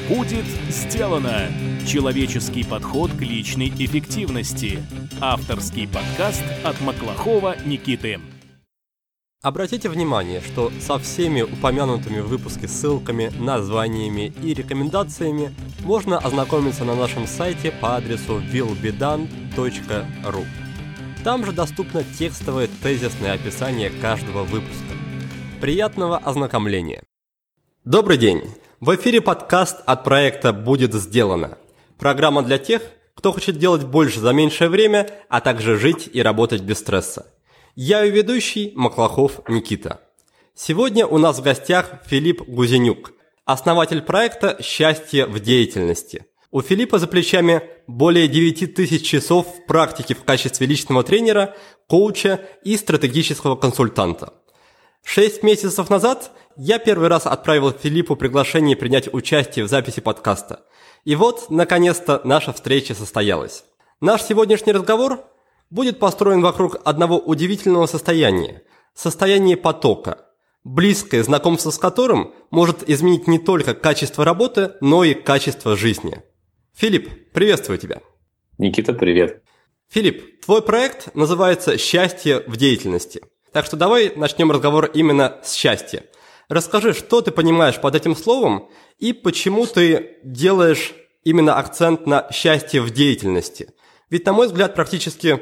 Будет сделано! Человеческий подход к личной эффективности. Авторский подкаст от Маклахова Никиты. Обратите внимание, что со всеми упомянутыми в выпуске ссылками, названиями и рекомендациями можно ознакомиться на нашем сайте по адресу willbedone.ru. Там же доступно текстовое тезисное описание каждого выпуска. Приятного ознакомления! Добрый день! В эфире подкаст от проекта «Будет сделано». Программа для тех, кто хочет делать больше за меньшее время, а также жить и работать без стресса. Я ее ведущий Маклахов Никита. Сегодня у нас в гостях Филипп Гузенюк, основатель проекта «Счастье в деятельности». У Филиппа за плечами более 9000 часов практики в качестве личного тренера, коуча и стратегического консультанта. 6 месяцев назад я первый раз отправил Филиппу приглашение принять участие в записи подкаста. И вот, наконец-то, наша встреча состоялась. Наш сегодняшний разговор будет построен вокруг одного удивительного состояния – состояния потока, близкое знакомство с которым может изменить не только качество работы, но и качество жизни. Филипп, приветствую тебя. Никита, привет. Филипп, твой проект называется «Счастье в деятельности». Так что давай начнем разговор именно с счастья. Расскажи, что ты понимаешь под этим словом и почему ты делаешь именно акцент на счастье в деятельности. Ведь, на мой взгляд, практически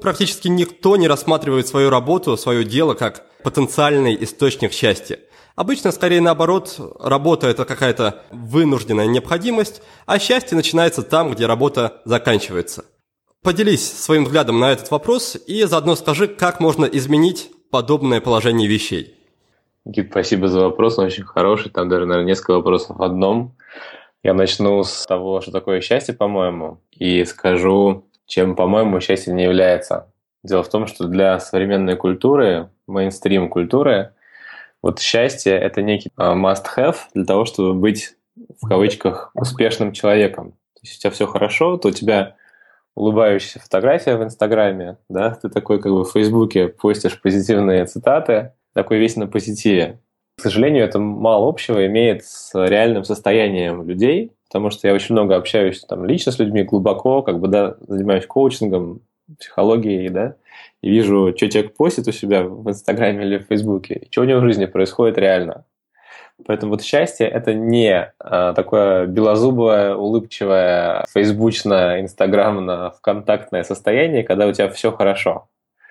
никто не рассматривает свою работу, свое дело как потенциальный источник счастья. Обычно, скорее наоборот, работа – это какая-то вынужденная необходимость, а счастье начинается там, где работа заканчивается. Поделись своим взглядом на этот вопрос и заодно скажи, как можно изменить подобное положение вещей. Никит, спасибо за вопрос, он очень хороший, там даже, наверное, несколько вопросов в одном. Я начну с того, что такое счастье, по-моему, и скажу, чем, по-моему, счастье не является. Дело в том, что для современной культуры, мейнстрим-культуры, вот счастье – это некий must-have для того, чтобы быть, в кавычках, успешным человеком. То есть у тебя все хорошо, то у тебя улыбающаяся фотография в Инстаграме, да, ты такой как бы в Фейсбуке постишь позитивные цитаты, такой весь на позитиве. К сожалению, это мало общего имеет с реальным состоянием людей, потому что я очень много общаюсь там лично с людьми, глубоко, как бы, да, занимаюсь коучингом, психологией, да, и вижу, что человек постит у себя в Инстаграме или в Фейсбуке, что у него в жизни происходит реально. Поэтому вот счастье – это не такое белозубое, улыбчивое, фейсбучное, инстаграмное, вконтактное состояние, когда у тебя все хорошо.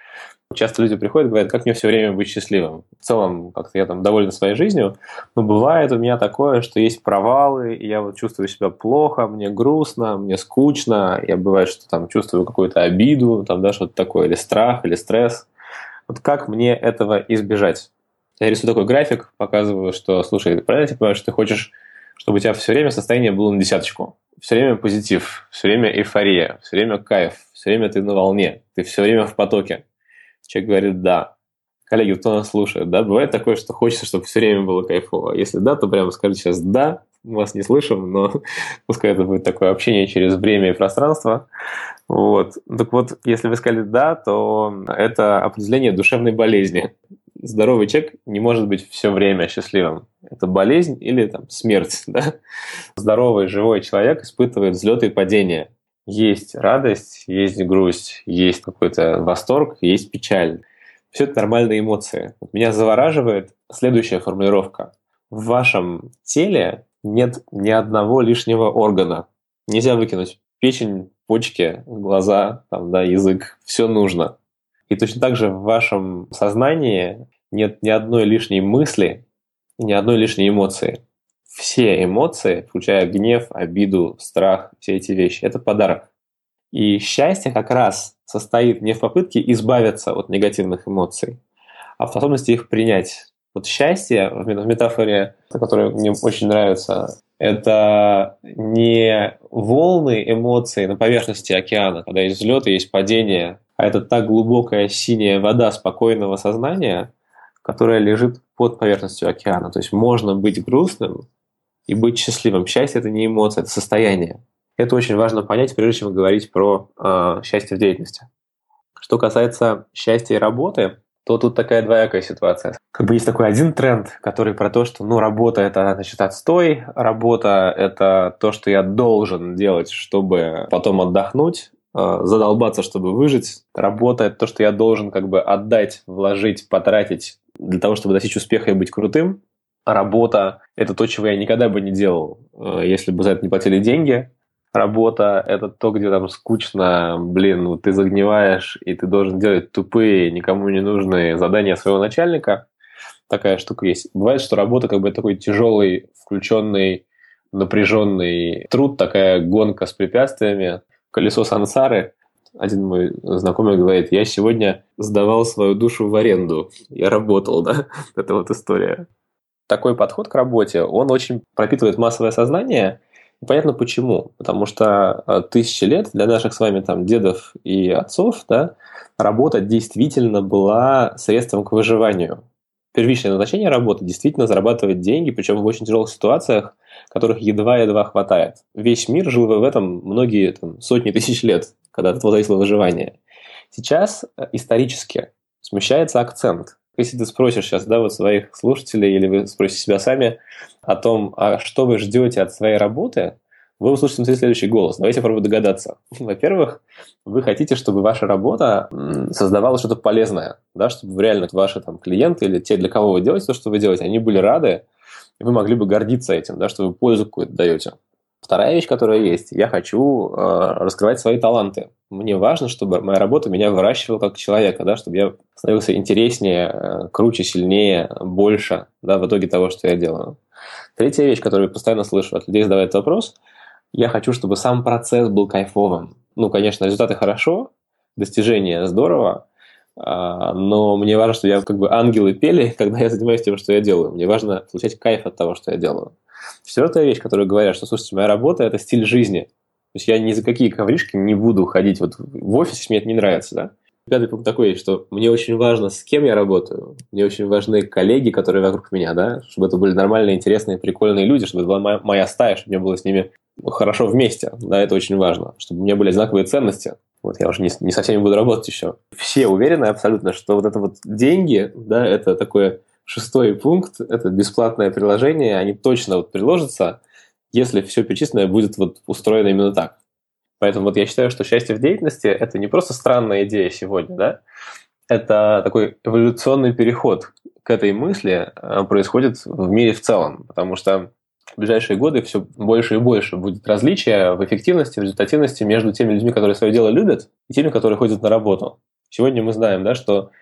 Часто люди приходят и говорят, как мне все время быть счастливым. В целом, как-то я там доволен своей жизнью, но бывает у меня такое, что есть провалы, и я вот чувствую себя плохо, мне грустно, мне скучно, я бывает, что там чувствую какую-то обиду, там, да, что-то такое, или страх, или стресс. Вот как мне этого избежать? Я рисую такой график, показываю, что, слушай, правильно я понимаю, что ты хочешь, чтобы у тебя все время состояние было на десяточку? Все время позитив, все время эйфория, все время кайф, все время ты на волне, ты все время в потоке. Человек говорит «да». Коллеги, кто нас слушает, да? Бывает такое, что хочется, чтобы все время было кайфово. Если да, то прямо скажите сейчас «да», мы вас не слышим, но пускай это будет такое общение через время и пространство. Вот. Так вот, если вы сказали «да», то это определение душевной болезни. Здоровый человек не может быть все время счастливым. Это болезнь или там, смерть. Да? Здоровый, живой человек испытывает взлеты и падения. Есть радость, есть грусть, есть какой-то восторг, есть печаль. Все это нормальные эмоции. Вот меня завораживает следующая формулировка. В вашем теле нет ни одного лишнего органа. Нельзя выкинуть печень, почки, глаза, там, да, язык. Все нужно. И точно так же в вашем сознании нет ни одной лишней мысли, ни одной лишней эмоции. Все эмоции, включая гнев, обиду, страх, все эти вещи – это подарок. И счастье как раз состоит не в попытке избавиться от негативных эмоций, а в способности их принять. Вот счастье, в метафоре, которая мне очень нравится, это не волны эмоций на поверхности океана, когда есть взлеты, есть падение, а это та глубокая синяя вода спокойного сознания, которая лежит под поверхностью океана. То есть можно быть грустным и быть счастливым. Счастье – это не эмоция, это состояние. Это очень важно понять, прежде чем говорить про счастье в деятельности. Что касается счастья и работы, то тут такая двоякая ситуация. Как бы есть такой один тренд, который про то, что работа – это, значит, отстой, работа – это то, что я должен делать, чтобы потом отдохнуть, задолбаться, чтобы выжить. Работа – это то, что я должен как бы отдать, вложить, потратить для того, чтобы достичь успеха и быть крутым. А работа – это то, чего я никогда бы не делал, если бы за это не платили деньги. Работа – это то, где там скучно, ты загниваешь, и ты должен делать тупые, никому не нужные задания своего начальника. Такая штука есть. Бывает, что работа как бы такой тяжелый, включенный, напряженный труд, такая гонка с препятствиями, колесо сансары. Один мой знакомый говорит: я сегодня сдавал свою душу в аренду, я работал, да, это вот история. Такой подход к работе, он очень пропитывает массовое сознание. И понятно почему. Потому что 1000 лет для наших с вами там дедов и отцов, да, работа действительно была средством к выживанию. Первичное назначение работы действительно зарабатывать деньги, причем в очень тяжелых ситуациях, которых едва-едва хватает. Весь мир жил в этом многие сотни тысяч лет, когда от этого зависело выживание. Сейчас исторически смещается акцент. Если ты спросишь сейчас, да, вот своих слушателей, или вы спросите себя сами о том, а что вы ждете от своей работы, вы услышите следующий голос. Давайте попробуем догадаться. Во-первых, вы хотите, чтобы ваша работа создавала что-то полезное, да, чтобы реально ваши клиенты или те, для кого вы делаете то, что вы делаете, они были рады, и вы могли бы гордиться этим, да, что вы пользу какую-то даете. Вторая вещь, которая есть, я хочу раскрывать свои таланты. Мне важно, чтобы моя работа меня выращивала как человека, да, чтобы я становился интереснее, круче, сильнее, больше, да, в итоге того, что я делаю. Третья вещь, которую я постоянно слышу от людей, задавая этот вопрос: я хочу, чтобы сам процесс был кайфовым. Конечно, результаты хорошо, достижения здорово, но мне важно, чтобы я как бы ангелы пели, когда я занимаюсь тем, что я делаю. Мне важно получать кайф от того, что я делаю. Четвертая вещь, которую говорят, что, слушайте, моя работа – это стиль жизни. То есть я ни за какие ковришки не буду ходить в офис, если мне это не нравится, да. Пятый пункт такой, что мне очень важно, с кем я работаю. Мне очень важны коллеги, которые вокруг меня, да, чтобы это были нормальные, интересные, прикольные люди, чтобы это была моя стая, чтобы мне было с ними хорошо вместе. Да, это очень важно. Чтобы у меня были одинаковые ценности. Я уже не со всеми буду работать еще. Все уверены абсолютно, что вот это вот деньги, да, это такое 6-й пункт, это бесплатное приложение, они точно приложатся, если все перечисленное будет устроено именно так. Поэтому я считаю, что счастье в деятельности – это не просто странная идея сегодня, да? Это такой эволюционный переход к этой мысли происходит в мире в целом, потому что в ближайшие годы все больше и больше будет различия в эффективности, в результативности между теми людьми, которые свое дело любят, и теми, которые ходят на работу. Сегодня мы знаем, да, что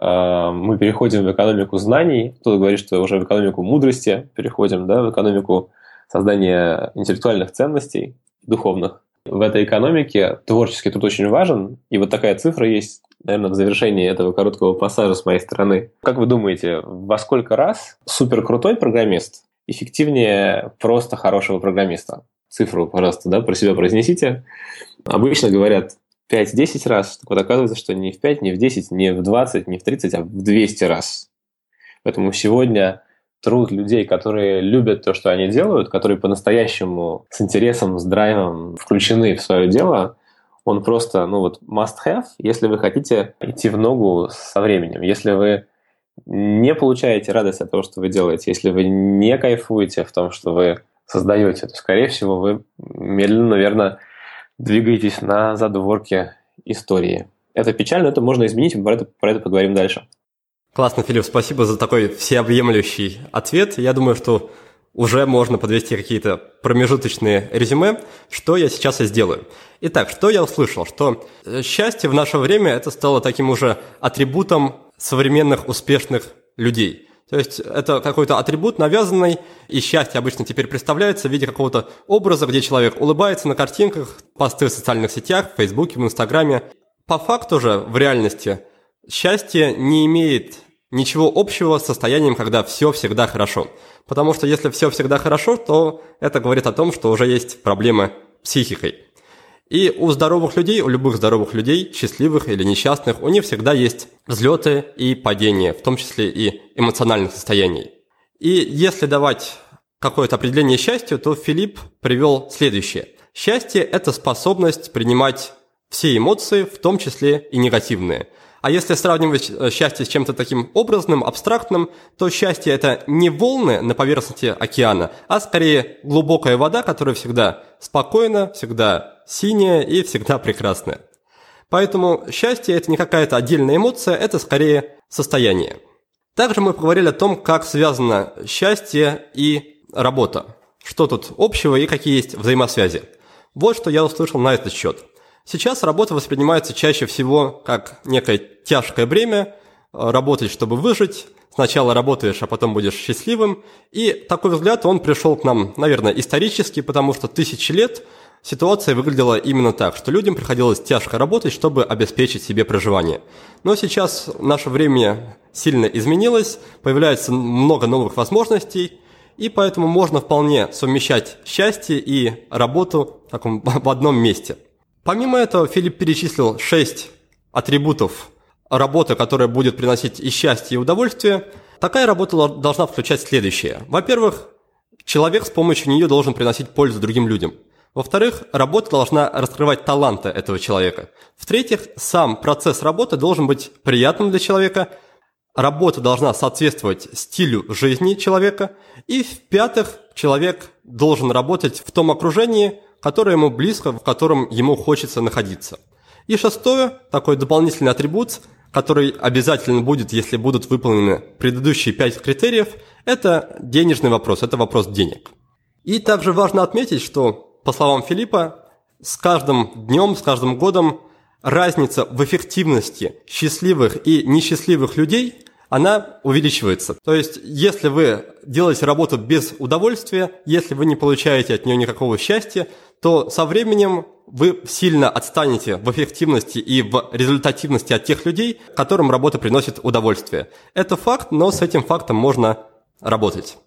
мы переходим в экономику знаний, кто-то говорит, что уже в экономику мудрости переходим, да, в экономику создания интеллектуальных ценностей, духовных. В этой экономике творческий труд очень важен, и вот такая цифра есть, наверное, в завершении этого короткого пассажа с моей стороны. Как вы думаете, во сколько раз суперкрутой программист эффективнее просто хорошего программиста? Цифру, пожалуйста, да, про себя произнесите. Обычно говорят 5-10 раз. Так вот, оказывается, что не в 5, не в 10, не в 20, не в 30, а в 200 раз. Поэтому сегодня труд людей, которые любят то, что они делают, которые по-настоящему с интересом, с драйвом включены в свое дело, он просто, must have, если вы хотите идти в ногу со временем. Если вы не получаете радость от того, что вы делаете, если вы не кайфуете в том, что вы создаете, то, скорее всего, вы медленно, наверное, двигаетесь на задворке истории. Это печально, это можно изменить, мы про это поговорим дальше. Классно, Филипп, спасибо за такой всеобъемлющий ответ. Я думаю, что уже можно подвести какие-то промежуточные резюме, что я сейчас и сделаю. Итак, что я услышал? Что счастье в наше время это стало таким уже атрибутом современных успешных людей. То есть это какой-то атрибут навязанный, и счастье обычно теперь представляется в виде какого-то образа, где человек улыбается на картинках, посты в социальных сетях, в Фейсбуке, в Инстаграме. По факту же, в реальности, счастье не имеет ничего общего с состоянием, когда все всегда хорошо. Потому что если все всегда хорошо, то это говорит о том, что уже есть проблемы с психикой. И у здоровых людей, у любых здоровых людей, счастливых или несчастных, у них всегда есть взлеты и падения, в том числе и эмоциональных состояний. И если давать какое-то определение счастью, то Филипп привел следующее. Счастье – это способность принимать все эмоции, в том числе и негативные. А если сравнивать счастье с чем-то таким образным, абстрактным, то счастье – это не волны на поверхности океана, а скорее глубокая вода, которая всегда спокойна, всегда синяя и всегда прекрасная. Поэтому счастье – это не какая-то отдельная эмоция, это скорее состояние. Также мы поговорили о том, как связано счастье и работа. Что тут общего и какие есть взаимосвязи. Вот что я услышал на этот счет. Сейчас работа воспринимается чаще всего как некое тяжкое бремя, работать, чтобы выжить. Сначала работаешь, а потом будешь счастливым. И такой взгляд, он пришел к нам, наверное, исторически, потому что тысячи лет ситуация выглядела именно так, что людям приходилось тяжко работать, чтобы обеспечить себе проживание. Но сейчас наше время сильно изменилось, появляется много новых возможностей, и поэтому можно вполне совмещать счастье и работу в одном месте. Помимо этого, Филипп перечислил 6 атрибутов работы, которая будет приносить и счастье, и удовольствие. Такая работа должна включать следующее. Во-первых, человек с помощью нее должен приносить пользу другим людям. Во-вторых, работа должна раскрывать таланты этого человека. В-третьих, сам процесс работы должен быть приятным для человека. Работа должна соответствовать стилю жизни человека. И в-пятых, человек должен работать в том окружении, которое ему близко, в котором ему хочется находиться. И шестое, такой дополнительный атрибут, который обязательно будет, если будут выполнены предыдущие 5 критериев, это денежный вопрос, это вопрос денег. И также важно отметить, что, по словам Филиппа, с каждым днем, с каждым годом разница в эффективности счастливых и несчастливых людей, она увеличивается. То есть, если вы делаете работу без удовольствия, если вы не получаете от нее никакого счастья, то со временем вы сильно отстанете в эффективности и в результативности от тех людей, которым работа приносит удовольствие. Это факт, но с этим фактом можно работать.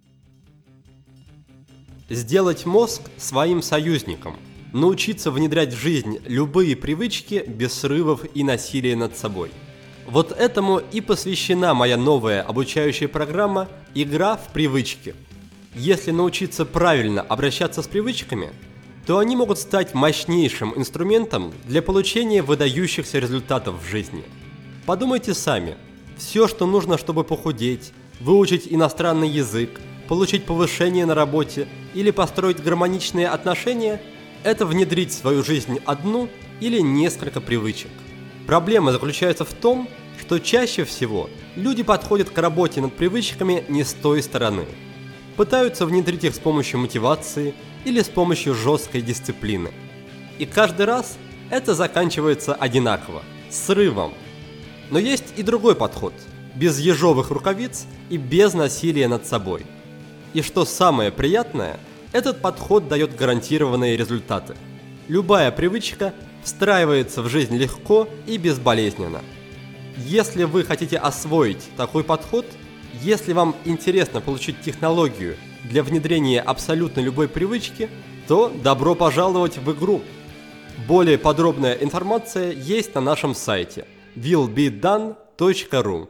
Сделать мозг своим союзником. Научиться внедрять в жизнь любые привычки без срывов и насилия над собой. Вот этому и посвящена моя новая обучающая программа «Игра в привычки». Если научиться правильно обращаться с привычками, то они могут стать мощнейшим инструментом для получения выдающихся результатов в жизни. Подумайте сами, все, что нужно, чтобы похудеть, выучить иностранный язык, получить повышение на работе или построить гармоничные отношения – это внедрить в свою жизнь одну или несколько привычек. Проблема заключается в том, что чаще всего люди подходят к работе над привычками не с той стороны. Пытаются внедрить их с помощью мотивации или с помощью жесткой дисциплины. И каждый раз это заканчивается одинаково – срывом. Но есть и другой подход – без ежовых рукавиц и без насилия над собой. И что самое приятное, этот подход дает гарантированные результаты. Любая привычка встраивается в жизнь легко и безболезненно. Если вы хотите освоить такой подход, если вам интересно получить технологию для внедрения абсолютно любой привычки, то добро пожаловать в игру. Более подробная информация есть на нашем сайте willbedone.ru.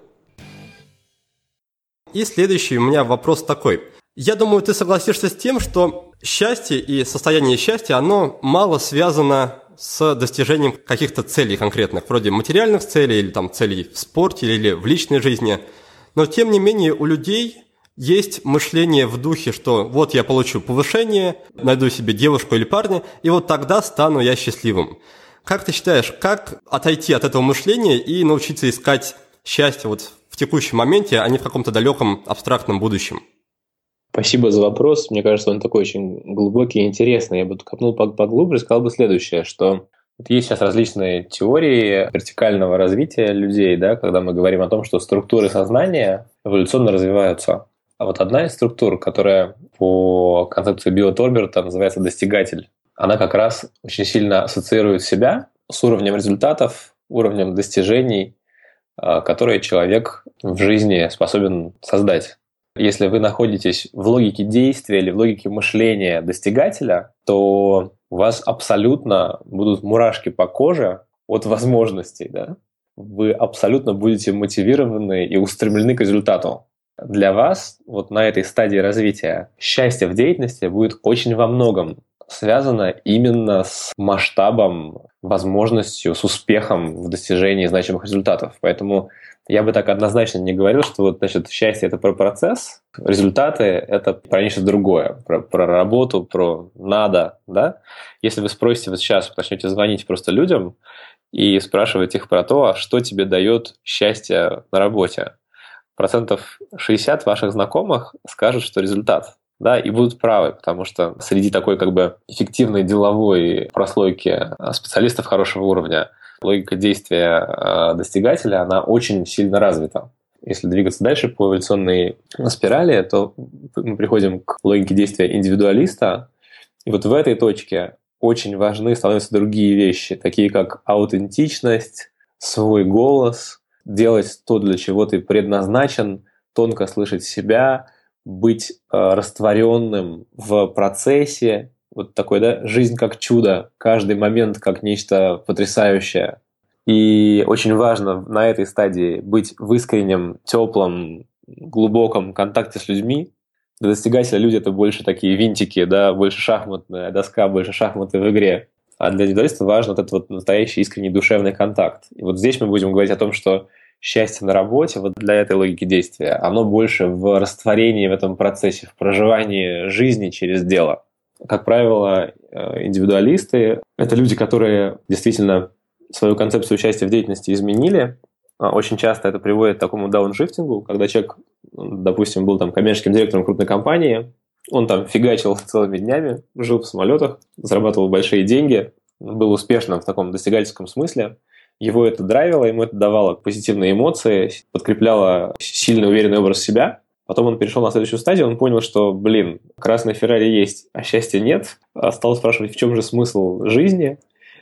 И следующий у меня вопрос такой. Я думаю, ты согласишься с тем, что счастье и состояние счастья, оно мало связано с достижением каких-то целей конкретных, вроде материальных целей или там целей в спорте или в личной жизни. Но тем не менее у людей есть мышление в духе, что вот я получу повышение, найду себе девушку или парня, и вот тогда стану я счастливым. Как ты считаешь, как отойти от этого мышления и научиться искать счастье вот в текущем моменте, а не в каком-то далеком абстрактном будущем? Спасибо за вопрос. Мне кажется, он такой очень глубокий и интересный. Я бы копнул поглубже и сказал бы следующее, что вот есть сейчас различные теории вертикального развития людей, да, когда мы говорим о том, что структуры сознания эволюционно развиваются. А вот одна из структур, которая по концепции Билла Торберта называется достигатель, она как раз очень сильно ассоциирует себя с уровнем результатов, уровнем достижений, которые человек в жизни способен создать. Если вы находитесь в логике действия или в логике мышления достигателя, то у вас абсолютно будут мурашки по коже от возможностей. Да? Вы абсолютно будете мотивированы и устремлены к результату. Для вас вот на этой стадии развития счастье в деятельности будет очень во многом связано именно с масштабом, возможностью, с успехом в достижении значимых результатов. Поэтому я бы так однозначно не говорил, что вот, значит, счастье – это про процесс, результаты – это про нечто другое, про работу, про надо, да? Если вы спросите вот сейчас, начнете звонить просто людям и спрашивать их про то, а что тебе дает счастье на работе, 60% ваших знакомых скажут, что результат. Да, и будут правы, потому что среди такой как бы эффективной деловой прослойки специалистов хорошего уровня логика действия достигателя, она очень сильно развита. Если двигаться дальше по эволюционной спирали, то мы приходим к логике действия индивидуалиста, и вот в этой точке очень важны становятся другие вещи, такие как аутентичность, свой голос, делать то, для чего ты предназначен, тонко слышать себя, быть растворенным в процессе, вот такой, да, жизнь как чудо, каждый момент как нечто потрясающее. И очень важно на этой стадии быть в искреннем, теплом, глубоком контакте с людьми. Для достигателя люди – это больше такие винтики, да, больше шахматная доска, больше шахматы в игре. А для индивидуалиста важен вот этот вот настоящий искренний душевный контакт. И вот здесь мы будем говорить о том, что счастье на работе, вот для этой логики действия, оно больше в растворении в этом процессе, в проживании жизни через дело. Как правило, индивидуалисты – это люди, которые действительно свою концепцию участия в деятельности изменили. Очень часто это приводит к такому дауншифтингу, когда человек, допустим, был там коммерческим директором крупной компании, он там фигачил целыми днями, жил в самолетах, зарабатывал большие деньги, был успешным в таком достигательском смысле. Его это драйвило, ему это давало позитивные эмоции, подкрепляло сильный, уверенный образ себя. Потом он перешел на следующую стадию, он понял, что, красный Феррари есть, а счастья нет. Стал спрашивать, в чем же смысл жизни,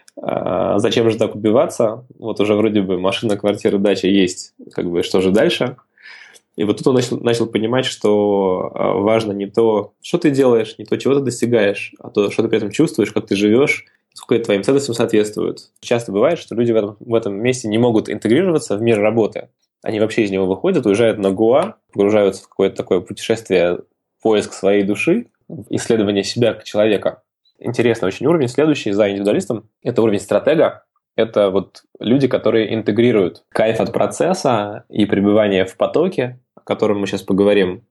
зачем же так убиваться. Вот уже вроде бы машина, квартира, дача есть, что же дальше? И вот тут он начал понимать, что важно не то, что ты делаешь, не то, чего ты достигаешь, а то, что ты при этом чувствуешь, как ты живешь, сколько это твоим ценностям соответствует. Часто бывает, что люди в этом месте не могут интегрироваться в мир работы. Они вообще из него выходят, уезжают на Гоа, погружаются в какое-то такое путешествие, поиск своей души, исследование себя как человека. Интересный очень уровень. Следующий за индивидуалистом – это уровень стратега. Это вот люди, которые интегрируют кайф от процесса и пребывание в потоке, о котором мы сейчас поговорим,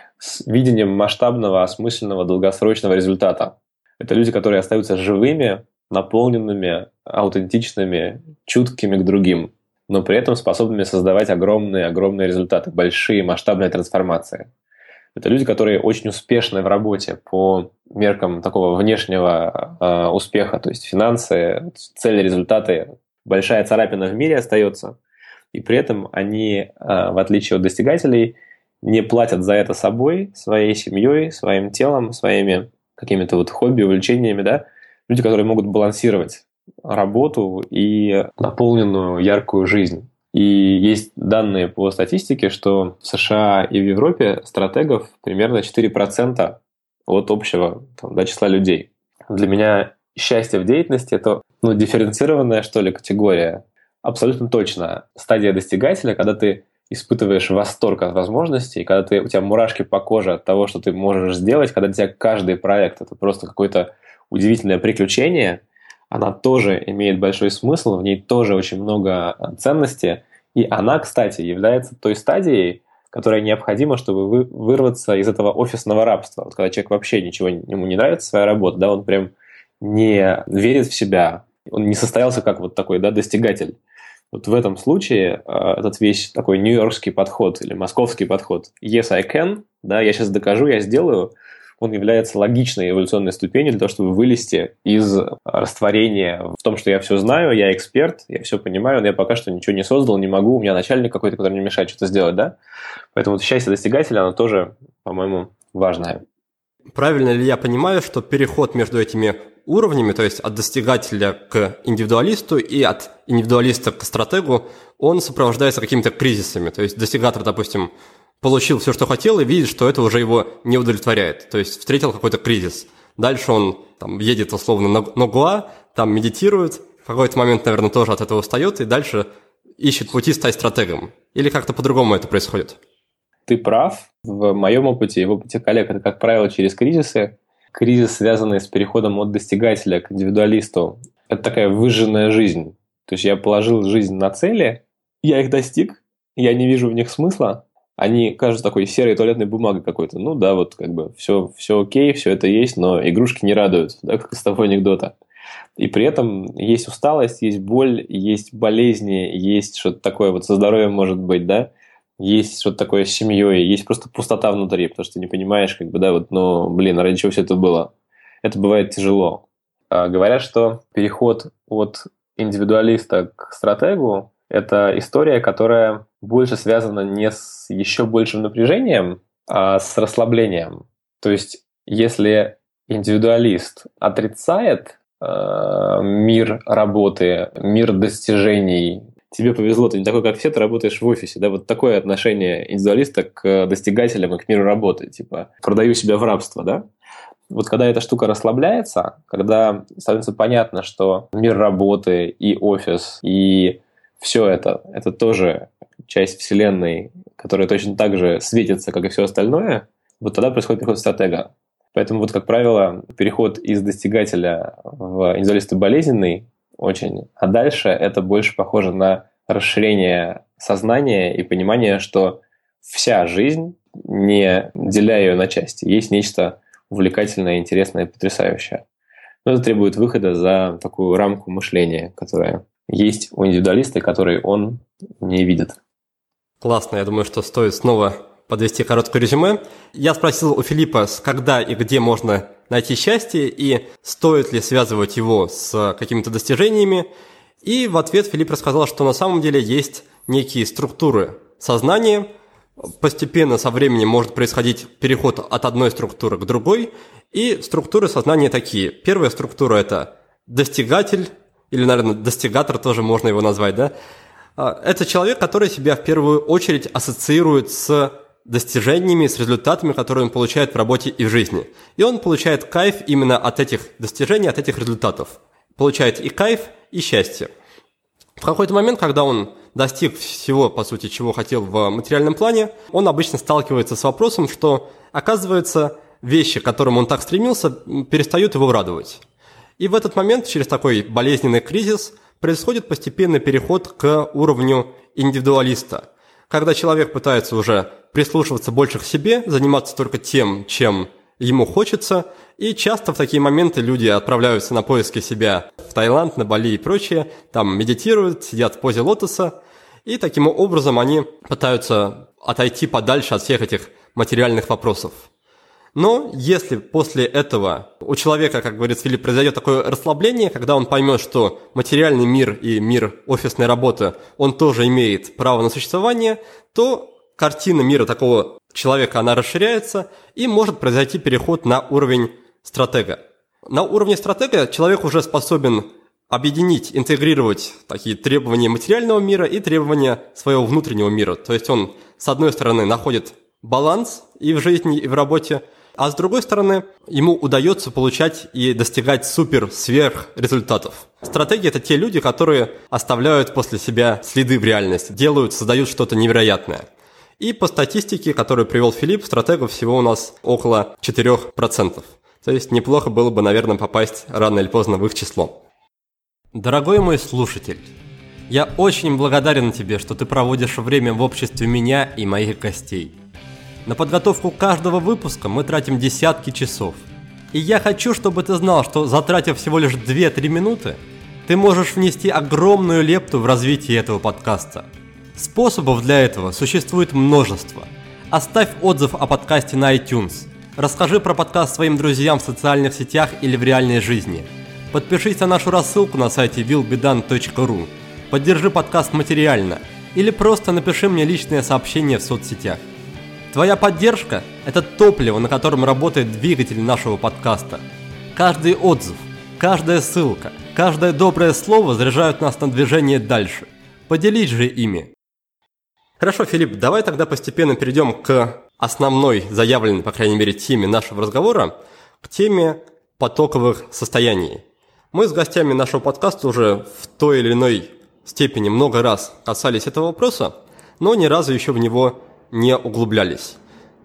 с видением масштабного, осмысленного, долгосрочного результата. Это люди, которые остаются живыми, наполненными, аутентичными, чуткими к другим, но при этом способными создавать огромные результаты, большие масштабные трансформации. Это люди, которые очень успешны в работе по меркам такого внешнего успеха, то есть финансы, цели, результаты, большая царапина в мире остается, и при этом они, в отличие от достигателей, не платят за это собой, своей семьей, своим телом, своими какими-то вот хобби, увлечениями, да, люди, которые могут балансировать работу и наполненную яркую жизнь. И есть данные по статистике, что в США и в Европе стратегов примерно 4% от общего числа людей. Для меня счастье в деятельности – это дифференцированная, что ли, категория. Абсолютно точно. Стадия достигателя, когда ты испытываешь восторг от возможностей, когда у тебя мурашки по коже от того, что ты можешь сделать, когда для тебя каждый проект – это просто какое-то удивительное приключение, она тоже имеет большой смысл, в ней тоже очень много ценности, и она, кстати, является той стадией, которая необходима, чтобы вырваться из этого офисного рабства. Вот когда человек вообще ничего ему не нравится, своя работа, да, он прям не верит в себя, он не состоялся как вот такой, да, достигатель. Вот в этом случае этот весь такой нью-йоркский подход или московский подход «yes, I can», да, я сейчас докажу, я сделаю, он является логичной эволюционной ступенью для того, чтобы вылезти из растворения в том, что я все знаю, я эксперт, я все понимаю, но я пока что ничего не создал, не могу, у меня начальник какой-то, который мне мешает что-то сделать, да? Поэтому вот счастье достигателя, оно тоже, по-моему, важное. Правильно ли я понимаю, что переход между этими уровнями, то есть от достигателя к индивидуалисту и от индивидуалиста к стратегу, он сопровождается какими-то кризисами? То есть достигатор, допустим, получил все, что хотел, и видит, что это уже его не удовлетворяет. То есть встретил какой-то кризис. Дальше он едет условно на Гоа, там медитирует, в какой-то момент, наверное, тоже от этого устает, и дальше ищет пути стать стратегом. Или как-то по-другому это происходит? Ты прав. В моем опыте и в опыте коллег это, как правило, через кризисы. кризис, связанный с переходом от достигателя к индивидуалисту, это такая выжженная жизнь. То есть я положил жизнь на цели, я их достиг, я не вижу в них смысла, они кажутся такой серой туалетной бумагой какой-то. Ну да, вот как бы все окей, все это есть, но игрушки не радуют, да, как из того анекдота. И при этом есть усталость, есть боль, есть болезни, есть что-то такое вот со здоровьем может быть, да, есть что-то такое с семьей, есть просто пустота внутри, потому что ты не понимаешь, как бы, да, вот, ну, блин, ради чего все это было. Это бывает тяжело. Говорят, что переход от индивидуалиста к стратегу – это история, которая больше связана не с еще большим напряжением, а с расслаблением. То есть, если индивидуалист отрицает мир работы, мир достижений, тебе повезло, ты не такой, как все, ты работаешь в офисе, да, вот такое отношение индивидуалиста к достигателям и к миру работы, типа, продаю себя в рабство, да. Вот когда эта штука расслабляется, когда становится понятно, что мир работы и офис, и все это тоже часть вселенной, которая точно так же светится, как и все остальное, вот тогда происходит переход стратега. Поэтому, вот, как правило, переход из достигателя в индивидуалиста болезненный очень, а дальше это больше похоже на расширение сознания и понимание, что вся жизнь, не деля ее на части, есть нечто увлекательное, интересное и потрясающее. Но это требует выхода за такую рамку мышления, которая есть у индивидуалиста, который он не видит. Классно, я думаю, что стоит снова подвести короткое резюме. Я спросил у Филиппа, когда и где можно найти счастье, и стоит ли связывать его с какими-то достижениями. И в ответ Филипп рассказал, что на самом деле есть некие структуры сознания. Постепенно со временем может происходить переход от одной структуры к другой. И структуры сознания такие. Первая структура – это достигатель, или, наверное, достигатор тоже можно его назвать, да? Это человек, который себя в первую очередь ассоциирует с достижениями, с результатами, которые он получает в работе и в жизни. И он получает кайф именно от этих достижений, от этих результатов. Получает и кайф, и счастье. В какой-то момент, когда он достиг всего, по сути, чего хотел в материальном плане, он обычно сталкивается с вопросом, что, оказывается, вещи, к которым он так стремился, перестают его радовать. И в этот момент, через такой болезненный кризис, происходит постепенный переход к уровню индивидуалиста, когда человек пытается уже прислушиваться больше к себе, заниматься только тем, чем ему хочется, и часто в такие моменты люди отправляются на поиски себя в Таиланд, на Бали и прочее, там медитируют, сидят в позе лотоса, и таким образом они пытаются отойти подальше от всех этих материальных вопросов. Но если после этого у человека, как говорит Филипп, произойдет такое расслабление, когда он поймет, что материальный мир и мир офисной работы, он тоже имеет право на существование, то картина мира такого человека, она расширяется, и может произойти переход на уровень стратега. На уровне стратега человек уже способен объединить, интегрировать такие требования материального мира и требования своего внутреннего мира. То есть он, с одной стороны, находит баланс и в жизни, и в работе, а с другой стороны, ему удается получать и достигать супер-сверх результатов. Стратеги – это те люди, которые оставляют после себя следы в реальности, делают, создают что-то невероятное. И по статистике, которую привел Филипп, стратегов всего у нас около 4%. То есть неплохо было бы, наверное, попасть рано или поздно в их число. Дорогой мой слушатель, я очень благодарен тебе, что ты проводишь время в обществе меня и моих гостей. На подготовку каждого выпуска мы тратим десятки часов. И я хочу, чтобы ты знал, что затратив всего лишь 2-3 минуты, ты можешь внести огромную лепту в развитие этого подкаста. Способов для этого существует множество. Оставь отзыв о подкасте на iTunes. Расскажи про подкаст своим друзьям в социальных сетях или в реальной жизни. Подпишись на нашу рассылку на сайте willbedan.ru. Поддержи подкаст материально. Или просто напиши мне личное сообщение в соцсетях. Твоя поддержка – это топливо, на котором работает двигатель нашего подкаста. Каждый отзыв, каждая ссылка, каждое доброе слово заряжают нас на движение дальше. Поделись же ими. Хорошо, Филипп, давай тогда постепенно перейдем к основной, заявленной, по крайней мере, теме нашего разговора, к теме потоковых состояний. Мы с гостями нашего подкаста уже в той или иной степени много раз касались этого вопроса, но ни разу еще в него не углублялись.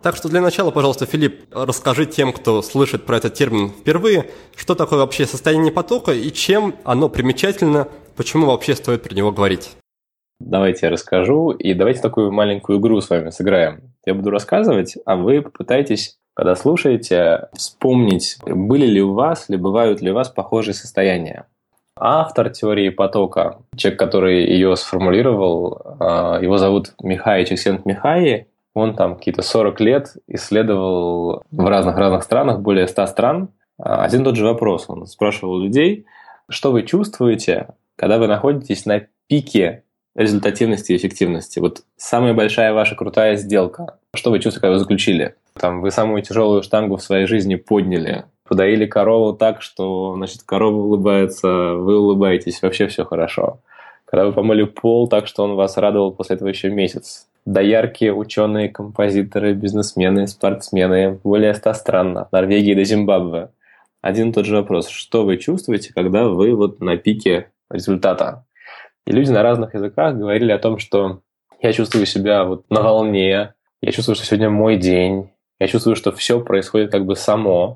Так что для начала, пожалуйста, Филипп, расскажи тем, кто слышит про этот термин впервые, что такое вообще состояние потока и чем оно примечательно, почему вообще стоит про него говорить. Давайте я расскажу, и давайте такую маленькую игру с вами сыграем. Я буду рассказывать, а вы попытайтесь, когда слушаете, вспомнить, были ли у вас, или бывают ли у вас похожие состояния. Автор теории потока, человек, который ее сформулировал, его зовут Михай Чиксент-Михай. Он там какие-то 40 лет исследовал в разных странах, более 100 стран. Один и тот же вопрос. Он спрашивал людей, что вы чувствуете, когда вы находитесь на пике результативности и эффективности. Вот самая большая ваша крутая сделка. Что вы чувствуете, когда вы заключили? Там, вы самую тяжелую штангу в своей жизни подняли. Подоили корову так, что, значит, корова улыбается, вы улыбаетесь, вообще все хорошо. Когда вы помыли пол так, что он вас радовал после этого еще месяц. Доярки, ученые, композиторы, бизнесмены, спортсмены, более 100 стран, от Норвегии до Зимбабве. Один и тот же вопрос. Что вы чувствуете, когда вы вот на пике результата? И люди на разных языках говорили о том, что я чувствую себя вот на волне, я чувствую, что сегодня мой день, я чувствую, что все происходит как бы само,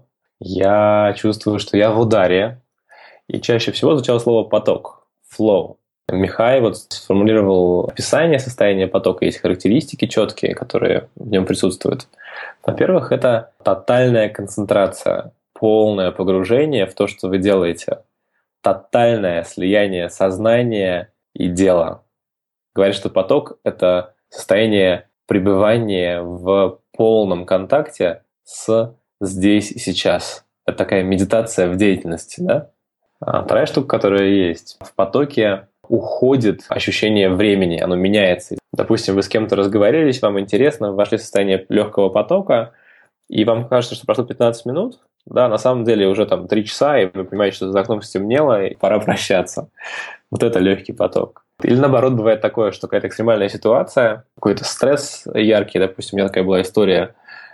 я чувствую, что я в ударе. И чаще всего звучало слово «поток», «flow». Михай вот сформулировал описание состояния потока, есть характеристики четкие, которые в нем присутствуют. Во-первых, это тотальная концентрация, полное погружение в то, что вы делаете, тотальное слияние сознания и дела. Говорят, что поток – это состояние пребывания в полном контакте с здесь и сейчас. Это такая медитация в деятельности, да? А вторая штука, которая есть, в потоке уходит ощущение времени, оно меняется. Допустим, вы с кем-то разговорились, вам интересно, вошли в состояние легкого потока, и вам кажется, что прошло 15 минут, да, на самом деле уже там 3 часа, и вы понимаете, что за окном стемнело, и пора прощаться. Вот это легкий поток. Или наоборот, бывает такое, что какая-то экстремальная ситуация, какой-то стресс яркий, допустим, у меня такая была история,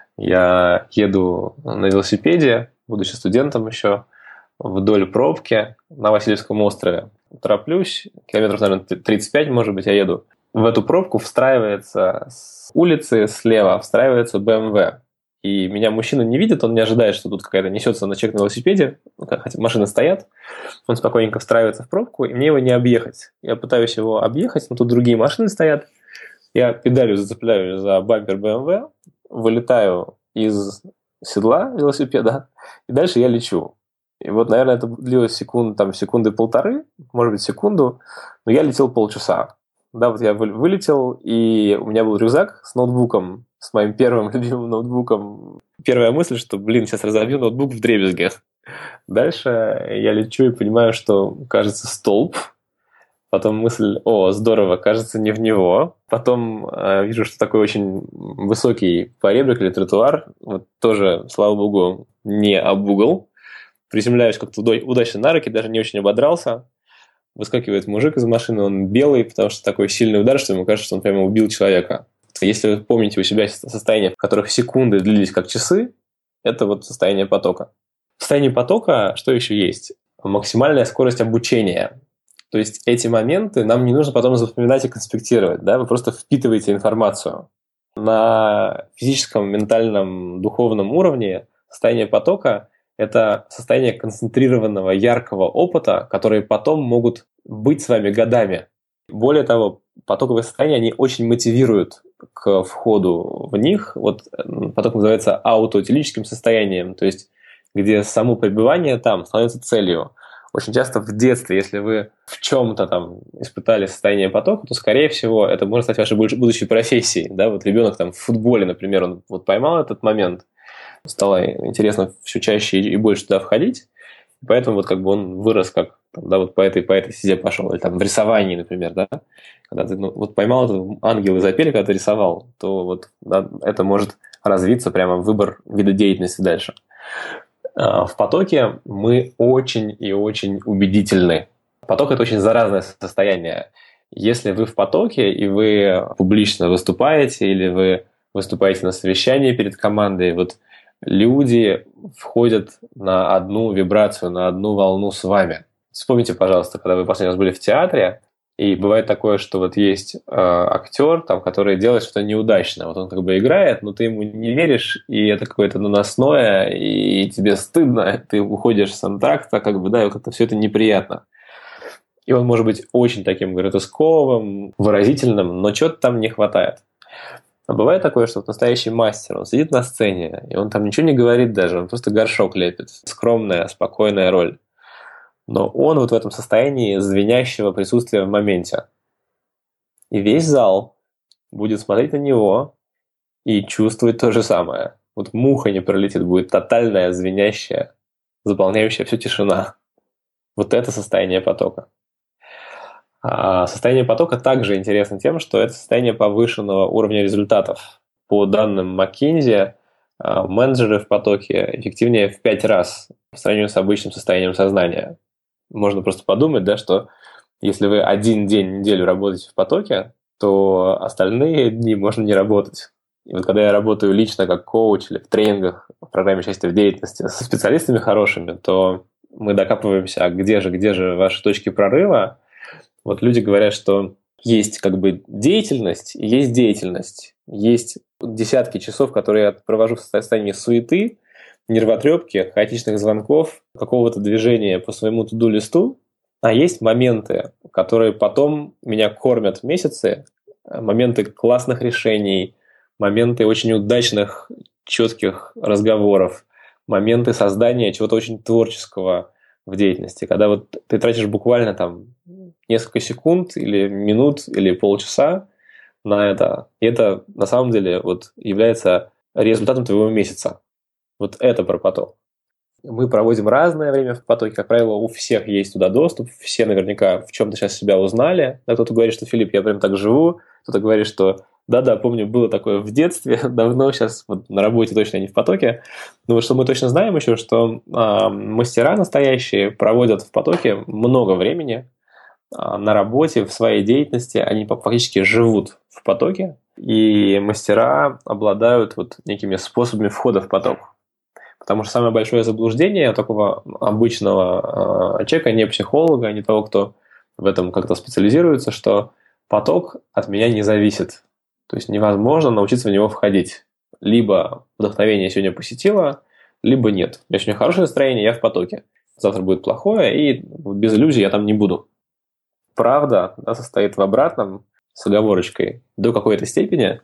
я еду на велосипеде, будучи студентом еще, вдоль пробки на Васильевском острове. Тороплюсь, километров, наверное, 35, может быть, я еду. В эту пробку встраивается с улицы слева, встраивается БМВ. И меня мужчина не видит, он не ожидает, что тут какая-то несется на человек на велосипеде, хотя машины стоят. Он спокойненько встраивается в пробку, и мне его не объехать. Я пытаюсь его объехать, но тут другие машины стоят. Я педалью зацепляю за бампер БМВ, вылетаю из седла велосипеда, и дальше я лечу. И вот, наверное, это длилось секунды полторы, может быть, секунду, но я летел полчаса. Да, вот я вылетел, и у меня был рюкзак с ноутбуком, с моим первым любимым ноутбуком. Первая мысль, что, сейчас разобью ноутбук вдребезги. Дальше я лечу и понимаю, что, кажется, столб. Потом мысль, здорово, кажется, не в него. Потом вижу, что такой очень высокий поребрик или тротуар, вот тоже, слава богу, не об угол. Приземляюсь как-то удачно на руки, даже не очень ободрался. Выскакивает мужик из машины, он белый, потому что такой сильный удар, что ему кажется, что он прямо убил человека. Если вы помните у себя состояния, в которых секунды длились как часы, это вот состояние потока. В состоянии потока что еще есть? Максимальная скорость обучения. То есть эти моменты нам не нужно потом запоминать и конспектировать. Да? Вы просто впитываете информацию. На физическом, ментальном, духовном уровне состояние потока – это состояние концентрированного, яркого опыта, которые потом могут быть с вами годами. Более того, потоковые состояния, они очень мотивируют к входу в них. Вот поток называется аутоутилическим состоянием, то есть где само пребывание там становится целью. Очень часто в детстве, если вы в чем-то там испытали состояние потока, то, скорее всего, это может стать вашей будущей профессией. Да? Вот ребенок там в футболе, например, он вот поймал этот момент, стало интересно все чаще и больше туда входить, поэтому вот как бы он вырос как, да, вот по этой стезе пошел, или там в рисовании, например, да, когда ты вот поймал этот ангел из запели, когда ты рисовал, то вот да, это может развиться прямо в выбор вида деятельности дальше. В потоке мы очень и очень убедительны. Поток – это очень заразное состояние. Если вы в потоке, и вы публично выступаете, или вы выступаете на совещании перед командой, вот люди входят на одну вибрацию, на одну волну с вами. Вспомните, пожалуйста, когда вы последний раз были в театре, И бывает такое, что вот есть актер, там, который делает что-то неудачно. Вот он как бы играет, но ты ему не веришь, и это какое-то наносное, и тебе стыдно, ты уходишь с антракта, как бы, да, и вот как-то все это неприятно. И он может быть очень таким гротесковым, выразительным, но чего-то там не хватает. А бывает такое, что вот настоящий мастер, он сидит на сцене, и он там ничего не говорит даже, он просто горшок лепит. Скромная, спокойная роль. Но он вот в этом состоянии звенящего присутствия в моменте. И весь зал будет смотреть на него и чувствовать то же самое. Вот муха не пролетит, будет тотальная, звенящая, заполняющая всю тишина. Вот это состояние потока. А состояние потока также интересно тем, что это состояние повышенного уровня результатов. По данным McKinsey, менеджеры в потоке эффективнее в 5 раз по сравнению с обычным состоянием сознания. Можно просто подумать, да, что если вы один день в неделю работаете в потоке, то остальные дни можно не работать. И вот когда я работаю лично как коуч или в тренингах, в программе «Счастье в деятельности» со специалистами хорошими, то мы докапываемся, а где же ваши точки прорыва. Вот люди говорят, что есть как бы деятельность и есть деятельность. Есть десятки часов, которые я провожу в состоянии суеты, нервотрепки, хаотичных звонков, какого-то движения по своему туду-листу, а есть моменты, которые потом меня кормят месяцы, моменты классных решений, моменты очень удачных, четких разговоров, моменты создания чего-то очень творческого в деятельности, когда вот ты тратишь буквально там несколько секунд или минут или полчаса на это, и это на самом деле вот является результатом твоего месяца. Вот это про поток. Мы проводим разное время в потоке, как правило, у всех есть туда доступ, все наверняка в чем-то сейчас себя узнали. Да, кто-то говорит, что Филипп, я прям так живу, кто-то говорит, что да-да, помню, было такое в детстве, давно, сейчас вот на работе точно не в потоке. Но вот что мы точно знаем еще, что мастера настоящие проводят в потоке много времени на работе, в своей деятельности, они фактически живут в потоке, и мастера обладают вот некими способами входа в поток. Потому что самое большое заблуждение такого обычного человека, не психолога, не того, кто в этом как-то специализируется, что поток от меня не зависит. То есть невозможно научиться в него входить. Либо вдохновение сегодня посетило, либо нет. У меня сегодня хорошее настроение, я в потоке. Завтра будет плохое, и без иллюзий я там не буду. Правда состоит в обратном, с оговорочкой. До какой-то степени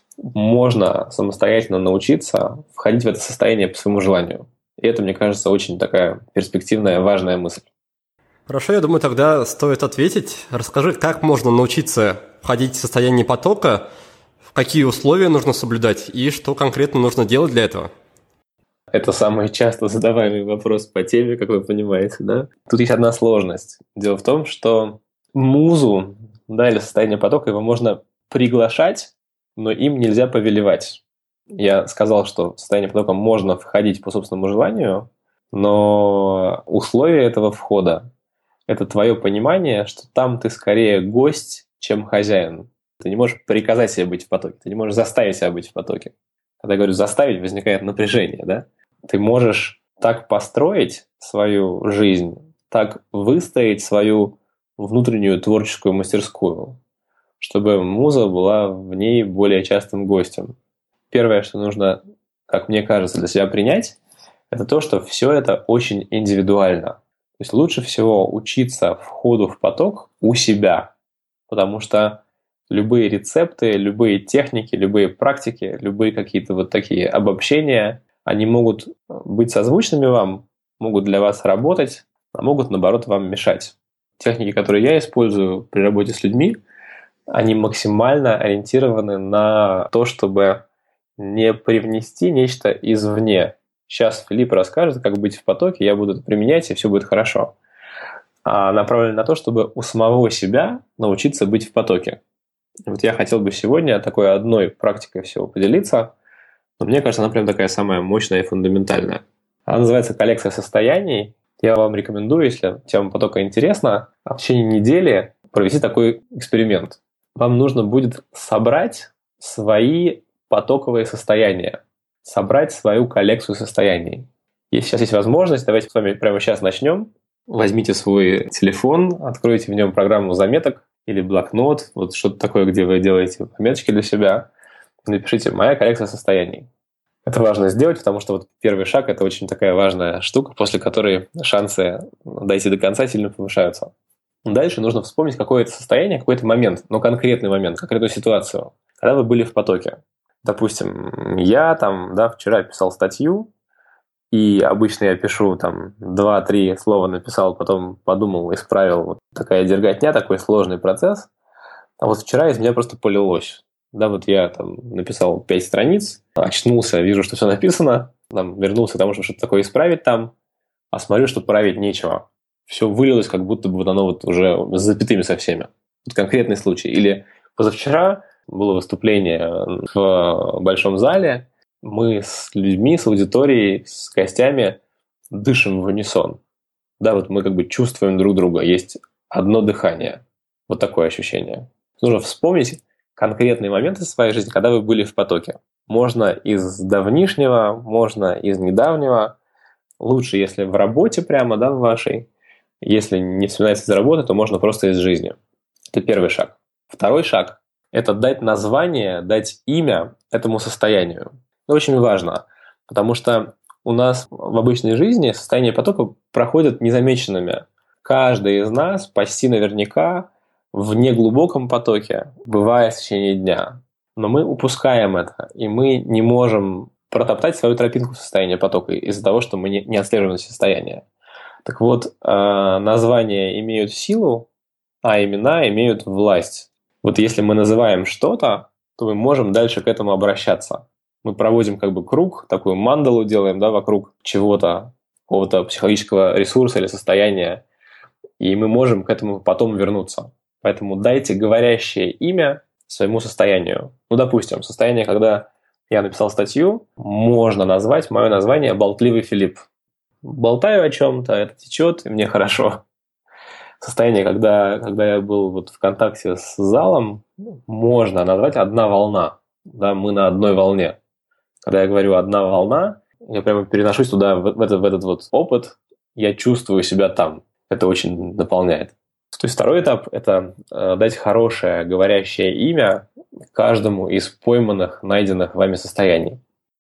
можно самостоятельно научиться входить в это состояние по своему желанию. И это, мне кажется, очень такая перспективная, важная мысль. Хорошо, я думаю, тогда стоит ответить. Расскажи, как можно научиться входить в состояние потока, какие условия нужно соблюдать и что конкретно нужно делать для этого? Это самый часто задаваемый вопрос по теме, как вы понимаете, да? Тут есть одна сложность. Дело в том, что музу, да, или состояние потока, его можно приглашать, но им нельзя повелевать. Я сказал, что в состояние потока можно входить по собственному желанию, но условие этого входа – это твое понимание, что там ты скорее гость, чем хозяин. Ты не можешь приказать себе быть в потоке, ты не можешь заставить себя быть в потоке. Когда я говорю «заставить», возникает напряжение, да? Ты можешь так построить свою жизнь, так выстроить свою внутреннюю творческую мастерскую, чтобы муза была в ней более частым гостем. Первое, что нужно, как мне кажется, для себя принять, это то, что все это очень индивидуально. То есть лучше всего учиться входу в поток у себя, потому что любые рецепты, любые техники, любые практики, любые какие-то вот такие обобщения, они могут быть созвучными вам, могут для вас работать, а могут, наоборот, вам мешать. Техники, которые я использую при работе с людьми, они максимально ориентированы на то, чтобы не привнести нечто извне. Сейчас Филипп расскажет, как быть в потоке, я буду это применять, и все будет хорошо. А направлено на то, чтобы у самого себя научиться быть в потоке. Вот я хотел бы сегодня такой одной практикой всего поделиться, но мне кажется, она прям такая самая мощная и фундаментальная. Она называется «Коллекция состояний». Я вам рекомендую, если тема потока интересна, в течение недели провести такой эксперимент. Вам нужно будет собрать свои потоковые состояния, собрать свою коллекцию состояний. Если сейчас есть возможность, давайте с вами прямо сейчас начнем. Возьмите свой телефон, откройте в нем программу заметок или блокнот, вот что-то такое, где вы делаете пометочки для себя. Напишите «Моя коррекция состояний». Это важно сделать, потому что вот первый шаг – это очень такая важная штука, после которой шансы дойти до конца сильно повышаются. Дальше нужно вспомнить какое-то состояние, какой-то момент, конкретный момент, конкретную ситуацию, когда вы были в потоке. Допустим, я вчера писал статью, и обычно я пишу 2-3 слова написал, потом подумал, исправил. Вот такая дерготня, такой сложный процесс. А вот вчера из меня просто полилось. Я написал 5 страниц, очнулся, вижу, что все написано, вернулся к тому, чтобы что-то такое исправить а смотрю, что править нечего. Все вылилось, как будто бы оно уже с запятыми со всеми. Вот конкретный случай. Или позавчера было выступление в большом зале, мы с людьми, с аудиторией, с гостями дышим в унисон. Мы чувствуем друг друга, есть одно дыхание. Вот такое ощущение. Нужно вспомнить конкретные моменты в своей жизни, когда вы были в потоке. Можно из давнишнего, можно из недавнего. Лучше, если в работе прямо, в вашей. Если не вспоминается из работы, то можно просто из жизни. Это первый шаг. Второй шаг – это дать название, дать имя этому состоянию. Это очень важно, потому что у нас в обычной жизни состояния потока проходят незамеченными. Каждый из нас почти наверняка в неглубоком потоке бывает в течение дня. Но мы упускаем это, и мы не можем протоптать свою тропинку в состоянии потока из-за того, что мы не отслеживаем состояние. Так вот, названия имеют силу, а имена имеют власть. Вот если мы называем что-то, то мы можем дальше к этому обращаться. Мы проводим круг, такую мандалу делаем вокруг чего-то, какого-то психологического ресурса или состояния, и мы можем к этому потом вернуться. Поэтому дайте говорящее имя своему состоянию. Допустим, состояние, когда я написал статью, можно назвать мое название «Болтливый Филипп». Болтаю о чем-то, это течет, и мне хорошо. Состояние, когда я был в контакте с залом, можно назвать «одна волна». Мы на одной волне. Когда я говорю «одна волна», я прямо переношусь туда, в этот опыт, я чувствую себя там. Это очень наполняет. То есть второй этап – это дать хорошее говорящее имя каждому из пойманных, найденных вами состояний.